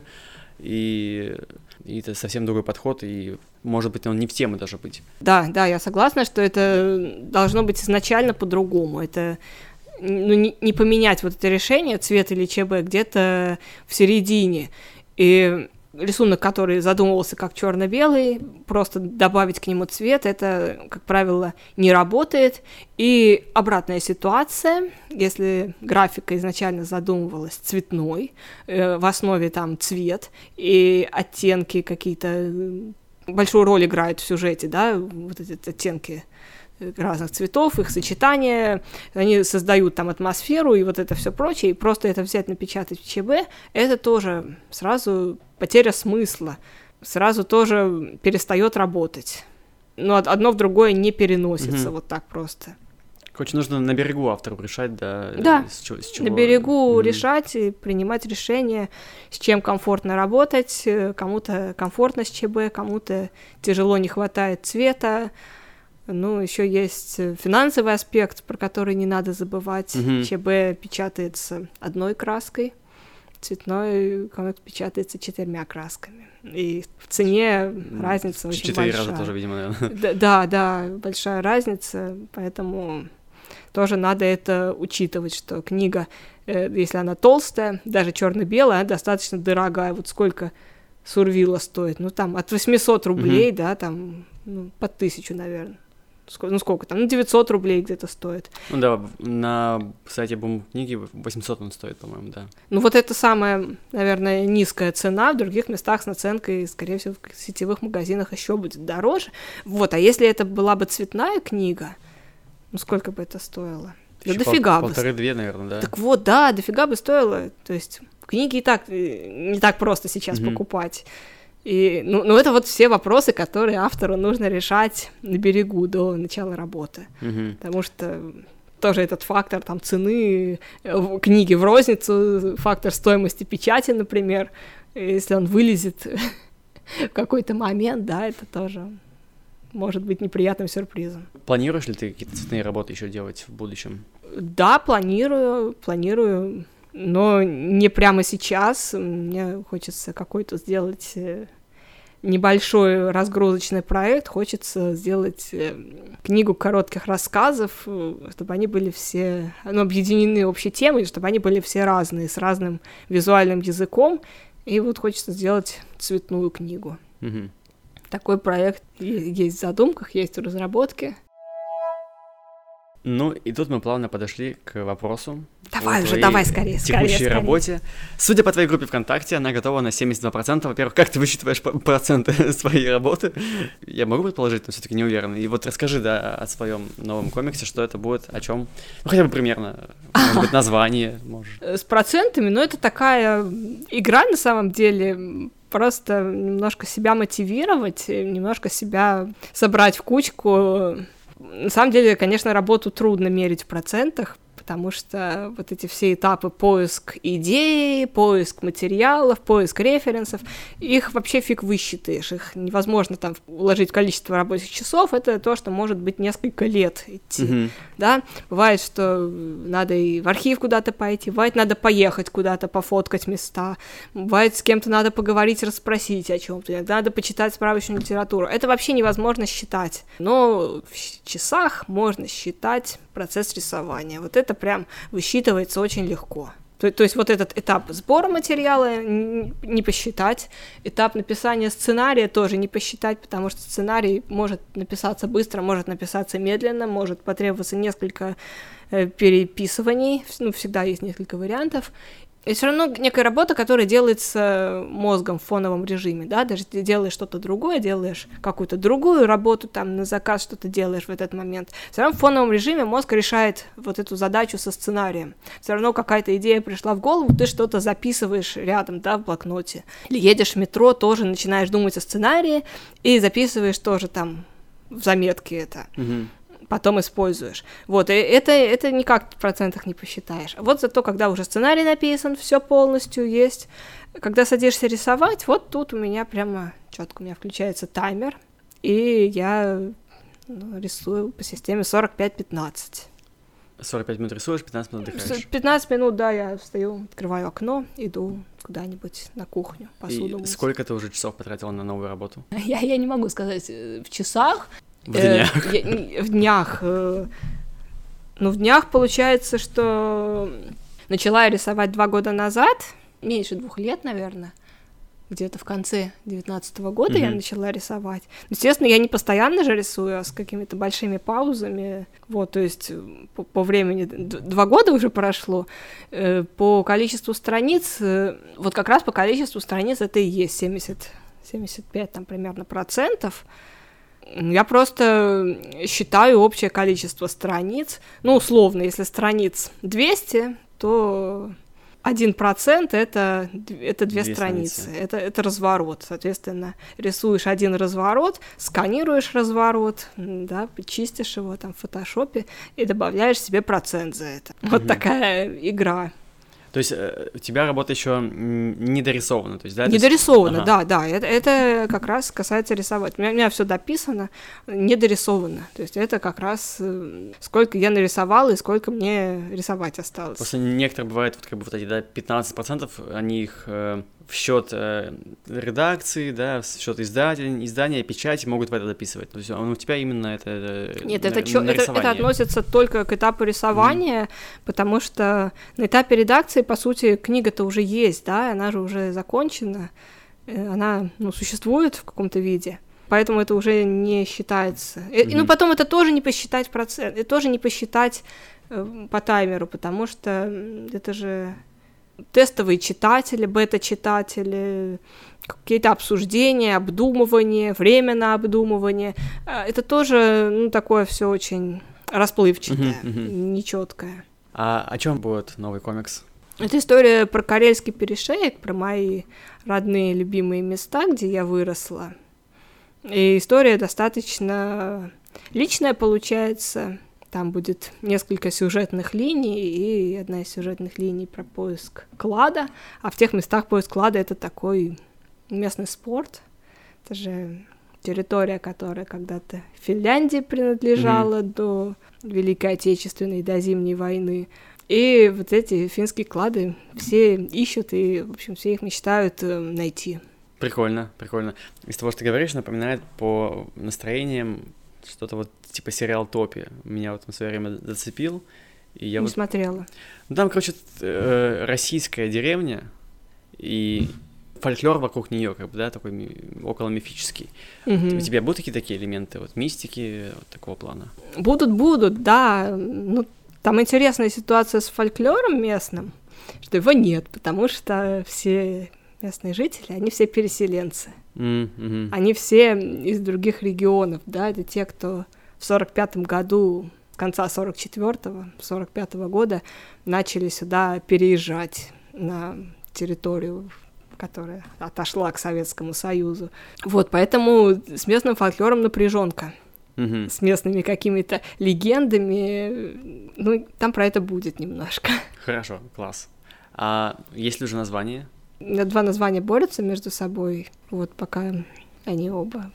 и это совсем другой подход, и, может быть, он не в тему даже быть. Да, я согласна, что это должно быть изначально по-другому. Это не поменять вот это решение, цвет или ЧБ, где-то в середине. И рисунок, который задумывался как черно-белый, просто добавить к нему цвет, это, как правило, не работает. И обратная ситуация, если графика изначально задумывалась цветной, в основе там цвет и оттенки какие-то большую роль играют в сюжете, да, вот эти оттенки разных цветов, их сочетание, они создают там атмосферу и вот это все прочее, и просто это взять, напечатать в ЧБ, это тоже сразу потеря смысла, сразу тоже перестает работать. Но одно в другое не переносится вот так просто. Короче, нужно на берегу автору решать, да? Да, с чего... на берегу решать и принимать решение, с чем комфортно работать, кому-то комфортно с ЧБ, кому-то тяжело, не хватает цвета. Ну, еще есть финансовый аспект, про который не надо забывать. ЧБ печатается одной краской, цветной комикс печатается 4 красками. И в цене разница очень большая. 4 раза тоже, видимо, наверное. Да, большая разница, поэтому тоже надо это учитывать, что книга, если она толстая, даже черно-белая, она достаточно дорогая. Вот сколько Сурвила стоит? Ну, там, от 800 рублей, да, там, под 1000, наверное. сколько там, 900 рублей где-то стоит. Ну да, на сайте Бум.книги 800 он стоит, по-моему, да. Ну вот это самая, наверное, низкая цена, в других местах с наценкой, скорее всего, в сетевых магазинах еще будет дороже. Вот, а если это была бы цветная книга, ну сколько бы это стоило? Да дофига бы. 1,5-2, наверное, да. Так вот, да, дофига бы стоило. То есть книги и так не так просто сейчас покупать. И, ну, это вот все вопросы, которые автору нужно решать на берегу до начала работы. Потому что тоже этот фактор там цены книги в розницу, фактор стоимости печати, например, если он вылезет в какой-то момент, да, это тоже может быть неприятным сюрпризом. Планируешь ли ты какие-то цветные работы еще делать в будущем? Да, планирую, но не прямо сейчас. Мне хочется какой-то сделать небольшой разгрузочный проект, хочется сделать книгу коротких рассказов, чтобы они были все, объединены общей темой, чтобы они были все разные, с разным визуальным языком, и вот хочется сделать цветную книгу. Такой проект есть в задумках, есть в разработке. Ну, и тут мы плавно подошли к вопросу. Давай скорее. Текущей работе. Судя по твоей группе ВКонтакте, она готова на 72%. Во-первых, как ты высчитываешь проценты своей работы? Я могу предположить, но все-таки не уверен. И вот расскажи, да, о своем новом комиксе, что это будет, о чем, ну, хотя бы примерно, может быть, название, может. С процентами, но это такая игра на самом деле. Просто немножко себя мотивировать, немножко себя собрать в кучку. На самом деле, конечно, работу трудно мерить в процентах, потому что вот эти все этапы поиск идей, поиск материалов, поиск референсов, их вообще фиг высчитаешь, их невозможно там уложить в количество рабочих часов, это то, что может быть несколько лет идти, да, бывает, что надо и в архив куда-то пойти, бывает, надо поехать куда-то, пофоткать места, бывает, с кем-то надо поговорить, расспросить о чем-то, надо почитать справочную литературу, это вообще невозможно считать, но в часах можно считать процесс рисования. Вот это прям высчитывается очень легко. То есть вот этот этап сбора материала не посчитать, этап написания сценария тоже не посчитать, потому что сценарий может написаться быстро, может написаться медленно, может потребоваться несколько переписываний, ну, всегда есть несколько вариантов. И все равно некая работа, которая делается мозгом в фоновом режиме, да, даже ты делаешь что-то другое, делаешь какую-то другую работу, там, на заказ что-то делаешь в этот момент, все равно в фоновом режиме мозг решает вот эту задачу со сценарием. Все равно какая-то идея пришла в голову, ты что-то записываешь рядом, да, в блокноте. Или едешь в метро, тоже начинаешь думать о сценарии и записываешь тоже там в заметке это. Потом используешь. Вот, и это никак в процентах не посчитаешь. Вот зато, когда уже сценарий написан, все полностью есть, когда садишься рисовать, вот тут у меня прямо четко у меня включается таймер, и я рисую по системе 45-15. 45 минут рисуешь, 15 минут отдыхаешь? 15 минут, да, я встаю, открываю окно, иду куда-нибудь на кухню, посуду мыть. Сколько ты уже часов потратила на новую работу? Я не могу сказать в часах. В днях? В днях. Ну, в днях получается, что начала я рисовать 2 года назад, меньше 2 лет, наверное, где-то в конце 19-го года я начала рисовать. Естественно, я не постоянно же рисую, а с какими-то большими паузами. Вот, то есть по времени 2 года уже прошло. По количеству страниц, вот как раз по количеству страниц это и есть 70-75 там примерно процентов. Я просто считаю общее количество страниц. Ну, условно, если страниц 200, то 1% это 2 страницы. Это разворот. Соответственно, рисуешь один разворот, сканируешь разворот, да, чистишь его там в фотошопе и добавляешь себе процент за это. Вот такая игра. То есть у тебя работа еще не дорисована, то есть, да? Не дорисована, да. Это как раз касается рисовать. У меня все дописано, не дорисовано. То есть это как раз сколько я нарисовала и сколько мне рисовать осталось. Просто некоторые бывают вот, как бы, вот эти, да, 15%, они их в счет редакции, да, в счет издания, печати могут в это дописывать. То есть у тебя именно это Нет, это относится только к этапу рисования, потому что на этапе редакции, по сути, книга-то уже есть, да, она же уже закончена, она, существует в каком-то виде. поэтому это уже не считается. Ну, потом это тоже не посчитать процент, это тоже не посчитать по таймеру, потому что это же тестовые читатели, бета-читатели, какие-то обсуждения, обдумывания, время на обдумывание. Это тоже, ну, такое все очень расплывчатое, нечеткое. А о чем будет новый комикс? Это история про Карельский перешеек, про мои родные любимые места, где я выросла. И история достаточно личная получается. Там будет несколько сюжетных линий, и одна из сюжетных линий про поиск клада. А в тех местах поиск клада — это такой местный спорт. Это же территория, которая когда-то Финляндии принадлежала до Великой Отечественной, до Зимней войны. И вот эти финские клады все ищут, и, в общем, все их мечтают найти. Прикольно, прикольно. Из того, что ты говоришь, напоминает по настроениям что-то вот типа сериал «Топи». Меня вот в свое время зацепил. И я не смотрела. Ну, там, короче, российская деревня, и фольклор вокруг нее, как бы, да, такой около мифический. У тебя будут какие-то такие элементы, вот мистики, вот такого плана? Будут, да. Ну, там интересная ситуация с фольклором местным, что его нет, потому что все местные жители, они все переселенцы. Они все из других регионов, да, это те, кто в 45-м году, с конца 44-го, 45-го года начали сюда переезжать на территорию, которая отошла к Советскому Союзу. Вот, поэтому с местным фольклором напряженка. С местными какими-то легендами. Ну, там про это будет немножко. Хорошо, класс. А есть ли уже название? Два названия борются между собой, вот пока они оба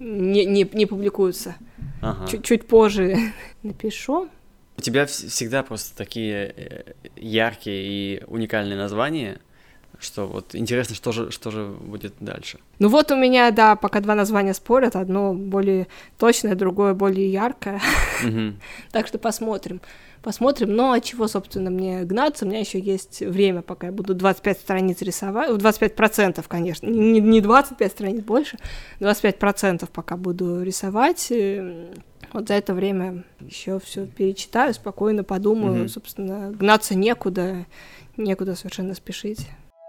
не публикуются. Чуть позже напишу. У тебя всегда просто такие яркие и уникальные названия, что вот интересно, что же будет дальше. Ну вот у меня, да, пока два названия спорят, одно более точное, другое более яркое. Так что посмотрим. Но от чего, собственно, мне гнаться? У меня еще есть время, пока я буду 25 страниц рисовать. 25%, конечно. Не 25 страниц, больше. 25% пока буду рисовать. Вот за это время еще все перечитаю, спокойно подумаю. Собственно, гнаться некуда совершенно спешить.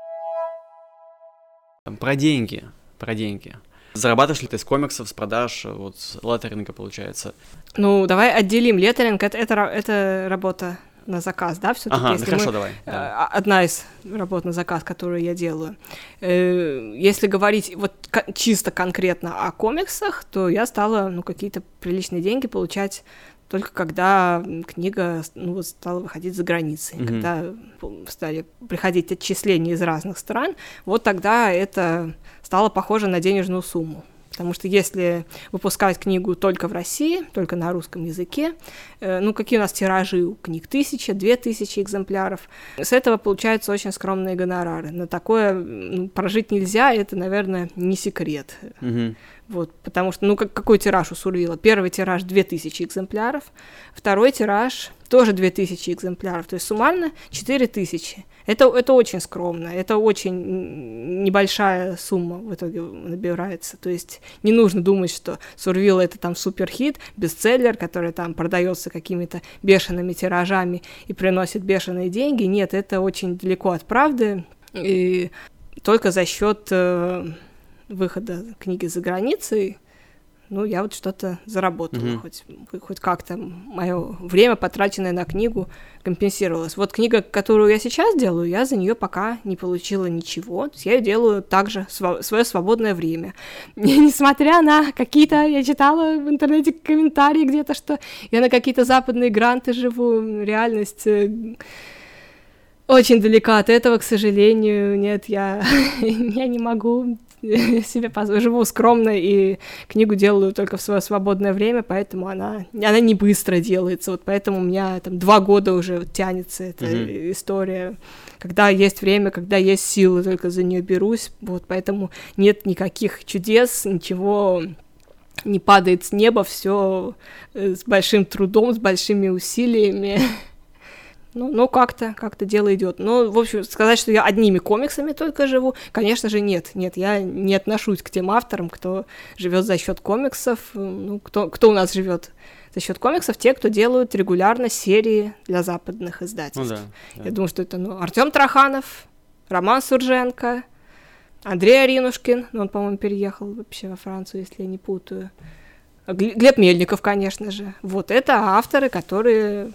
Про деньги. Зарабатываешь ли ты с комиксов, с продаж, вот с леттеринга, получается? Ну, давай отделим. Леттеринг — это работа на заказ, да, всё-таки? Ага, хорошо, давай. Одна из работ на заказ, которую я делаю. Если говорить вот чисто конкретно о комиксах, то я стала, какие-то приличные деньги получать только когда книга стала выходить за границей, когда стали приходить отчисления из разных стран, вот тогда это стало похоже на денежную сумму. Потому что если выпускать книгу только в России, только на русском языке, какие у нас тиражи у книг? 1000, 2000 экземпляров. С этого получаются очень скромные гонорары. На такое прожить нельзя, это, наверное, не секрет. Вот, потому что, какой тираж у Сурвилла? Первый тираж 2000 экземпляров, второй тираж тоже 2000 экземпляров, то есть суммарно 4000. Это очень скромно, это очень небольшая сумма в итоге набирается. То есть не нужно думать, что Сурвилл — это там суперхит, бестселлер, который там продается какими-то бешеными тиражами и приносит бешеные деньги. Нет, это очень далеко от правды, и только за счет выхода книги за границей, я вот что-то заработала, хоть как-то мое время, потраченное на книгу, компенсировалось. Вот книга, которую я сейчас делаю, я за нее пока не получила ничего, то есть я ее делаю также в свое свободное время. Несмотря на какие-то, я читала в интернете комментарии где-то, что я на какие-то западные гранты живу, реальность очень далека от этого, к сожалению. Нет, я не могу себе позволить. Живу скромно и книгу делаю только в свое свободное время, поэтому она не быстро делается. Вот поэтому у меня там 2 года уже тянется эта история. Когда есть время, когда есть силы, только за нее берусь. Вот поэтому нет никаких чудес, ничего не падает с неба, все с большим трудом, с большими усилиями. Ну, как-то дело идет. Ну, в общем, сказать, что я одними комиксами только живу, конечно же, нет. Нет, я не отношусь к тем авторам, кто живет за счет комиксов. Ну, кто у нас живет за счет комиксов? Те, кто делают регулярно серии для западных издательств. Ну, да. Я думаю, что это Артем Траханов, Роман Сурженко, Андрей Аринушкин, он, по-моему, переехал вообще во Францию, если я не путаю. Глеб Мельников, конечно же. Вот это авторы, которые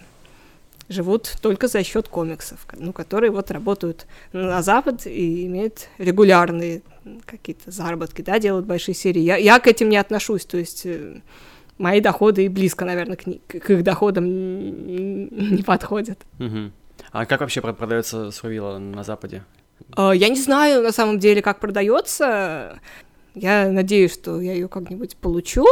живут только за счет комиксов, которые вот работают на Запад и имеют регулярные какие-то заработки, да, делают большие серии. Я к этим не отношусь, то есть мои доходы и близко, наверное, к их доходам не подходят. Угу. А как вообще продается Сурвилла на Западе? Я не знаю, на самом деле, как продается. Я надеюсь, что я ее как-нибудь получу.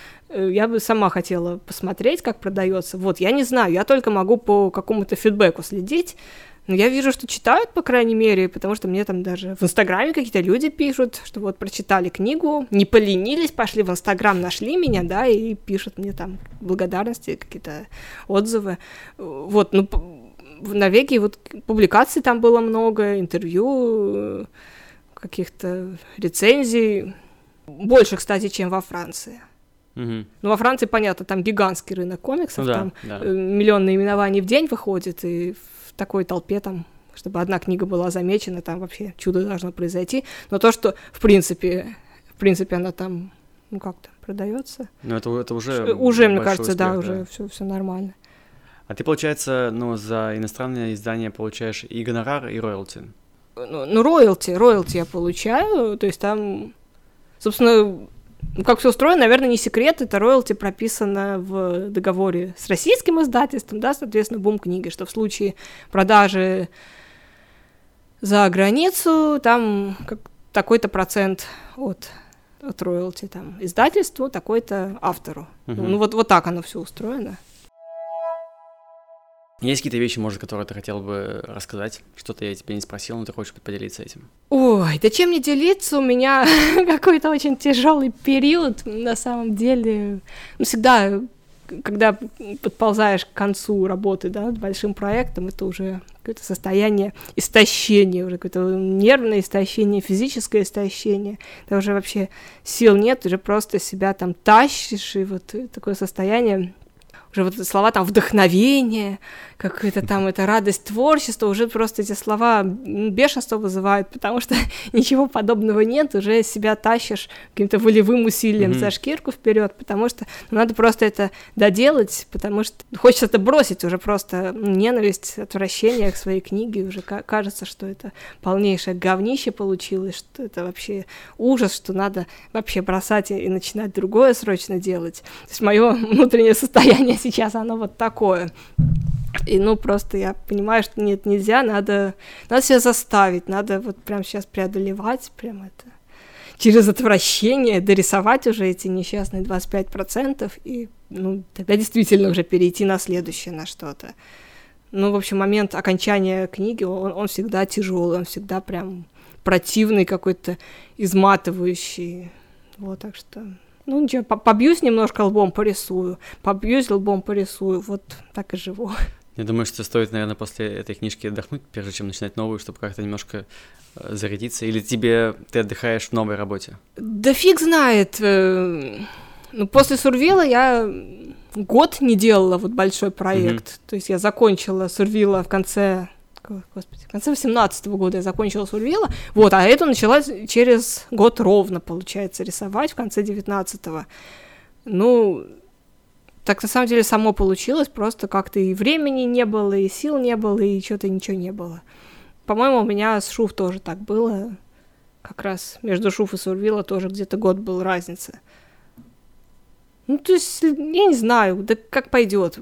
Я бы сама хотела посмотреть, как продается. Вот, я не знаю, я только могу по какому-то фидбэку следить. Но я вижу, что читают, по крайней мере, потому что мне там даже в Инстаграме какие-то люди пишут, что вот прочитали книгу, не поленились, пошли в Инстаграм, нашли меня, да, и пишут мне там благодарности, какие-то отзывы. Вот, ну, на Веге вот публикаций там было много, интервью, каких-то рецензий. Больше, кстати, чем во Франции. Ну, во Франции, понятно, там гигантский рынок комиксов, да, там да. миллион наименований в день выходит, и в такой толпе там, чтобы одна книга была замечена, там вообще чудо должно произойти. Но то, что, в принципе она там, ну, как-то продается. Ну, это уже мне кажется, успех, да, уже все нормально. А ты, получается, ну, за иностранное издание получаешь и гонорар, и роялти? Ну, роялти я получаю, то есть там, собственно, как все устроено, наверное, не секрет, это роялти прописано в договоре с российским издательством, да, соответственно, бум-книги, что в случае продажи за границу, там такой-то процент от роялти там издательству, такой-то автору. Ну, вот так оно все устроено. Есть какие-то вещи, может, которые ты хотел бы рассказать? Что-то я тебя не спросил, но ты хочешь поделиться этим? Ой, да чем мне делиться? У меня какой-то очень тяжелый период, на самом деле. Ну, всегда, когда подползаешь к концу работы, да, над большим проектом, это уже какое-то состояние истощения, уже какое-то нервное истощение, физическое истощение. Это уже вообще сил нет, уже просто себя там тащишь, и вот такое состояние... Уже вот слова там вдохновение, какая-то там эта радость творчества, уже просто эти слова бешенство вызывают, потому что ничего подобного нет, уже себя тащишь каким-то волевым усилием за шкирку вперед, потому что надо просто это доделать, потому что хочется это бросить, уже просто ненависть, отвращение к своей книге, уже кажется, что это полнейшее говнище получилось, что это вообще ужас, что надо вообще бросать и начинать другое срочно делать. То есть мое внутреннее состояние сейчас оно вот такое. И, ну, просто я понимаю, что нет, нельзя, надо себя заставить, надо вот прямо сейчас преодолевать прям это через отвращение, дорисовать уже эти несчастные 25% и, ну, тогда действительно уже перейти на следующее, на что-то. Ну, в общем, момент окончания книги, он всегда тяжелый, он всегда прям противный какой-то, изматывающий. Вот, так что... Ну, ничего, побьюсь немножко лбом, порисую. Вот так и живу. Я думаю, что стоит, наверное, после этой книжки отдохнуть, прежде чем начинать новую, чтобы как-то немножко зарядиться. Или ты отдыхаешь в новой работе? Да фиг знает. Ну, после Сурвилла я год не делала вот большой проект. То есть я закончила Сурвилла в конце 18-го года я закончила Сурвилла, вот, а эту начала через год ровно, получается, рисовать в конце 19-го. Ну, так на самом деле само получилось, просто как-то и времени не было, и сил не было, и что-то ничего не было. По-моему, у меня с Шуф тоже так было, как раз между Шуф и Сурвилла тоже где-то год был разница. Ну, то есть, я не знаю, да как пойдет.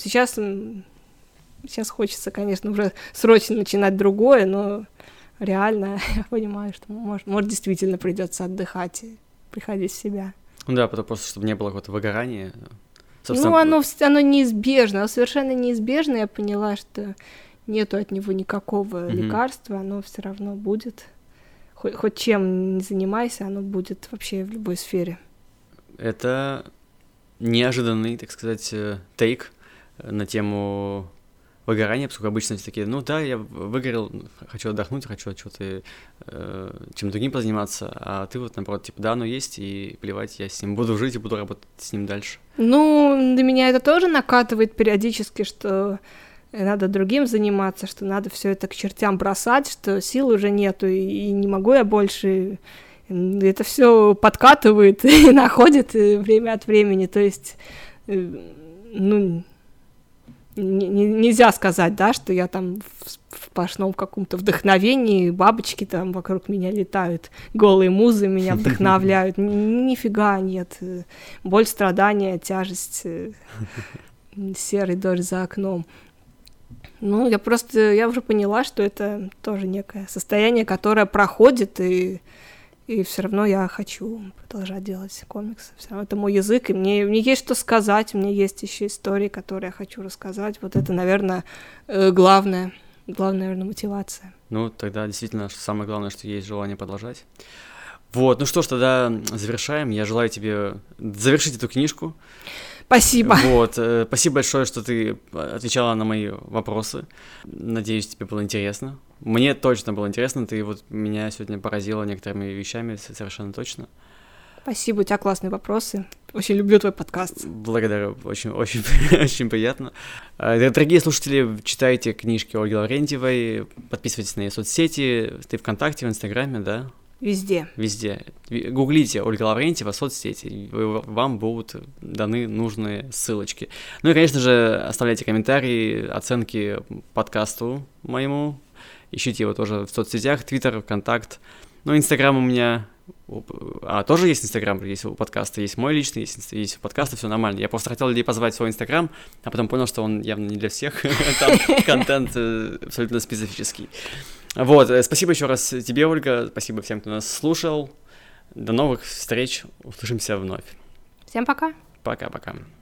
Сейчас хочется, конечно, уже срочно начинать другое, но реально я понимаю, что, может действительно придется отдыхать и приходить в себя. Ну да, просто чтобы не было какого-то выгорания. Собственно... Ну, оно неизбежно, оно совершенно неизбежно. Я поняла, что нету от него никакого лекарства, оно все равно будет. Хоть чем не занимайся, оно будет вообще в любой сфере. Это неожиданный, так сказать, тейк на тему выгорание, поскольку обычно все такие, ну да, я выгорел, хочу отдохнуть, хочу что-то чем-то другим позаниматься, а ты вот, наоборот, типа, да, оно есть, и плевать, я с ним буду жить и буду работать с ним дальше. Ну, для меня это тоже накатывает периодически, что надо другим заниматься, что надо все это к чертям бросать, что сил уже нету, и не могу я больше. Это все подкатывает и находит время от времени. То есть, ну, нельзя сказать, да, что я там в сплошном каком-то вдохновении, бабочки там вокруг меня летают, голые музы меня вдохновляют. Нифига нет. Боль, страдания, тяжесть, серый дождь за окном. Ну, я уже поняла, что это тоже некое состояние, которое проходит, и все равно я хочу продолжать делать комиксы. Все равно это мой язык, и мне есть что сказать, у меня есть еще истории, которые я хочу рассказать. Вот это, наверное, главная, наверное, мотивация. Ну, тогда действительно самое главное, что есть желание продолжать. Вот, ну что ж, тогда завершаем. Я желаю тебе завершить эту книжку. Спасибо. Вот, спасибо большое, что ты отвечала на мои вопросы. Надеюсь, тебе было интересно. Мне точно было интересно, ты вот меня сегодня поразила некоторыми вещами, совершенно точно. Спасибо, у тебя классные вопросы. Очень люблю твой подкаст. Благодарю, очень приятно. Дорогие слушатели, читайте книжки Ольги Лаврентьевой, подписывайтесь на ее соцсети, ты ВКонтакте, в Инстаграме, да? Везде. Везде. Гуглите Ольга Лаврентьева, соцсети, вам будут даны нужные ссылочки. Ну и, конечно же, оставляйте комментарии, оценки подкасту моему. Ищите его тоже в соцсетях, Твиттер, ВКонтакт. Ну, Инстаграм у меня... тоже есть Инстаграм, есть у подкаста, есть мой личный, есть у подкаста, все нормально. Я просто хотел людей позвать в свой Инстаграм, а потом понял, что он явно не для всех. Там контент абсолютно специфический. Вот, спасибо еще раз тебе, Ольга, спасибо всем, кто нас слушал. До новых встреч, услышимся вновь. Всем пока. Пока-пока.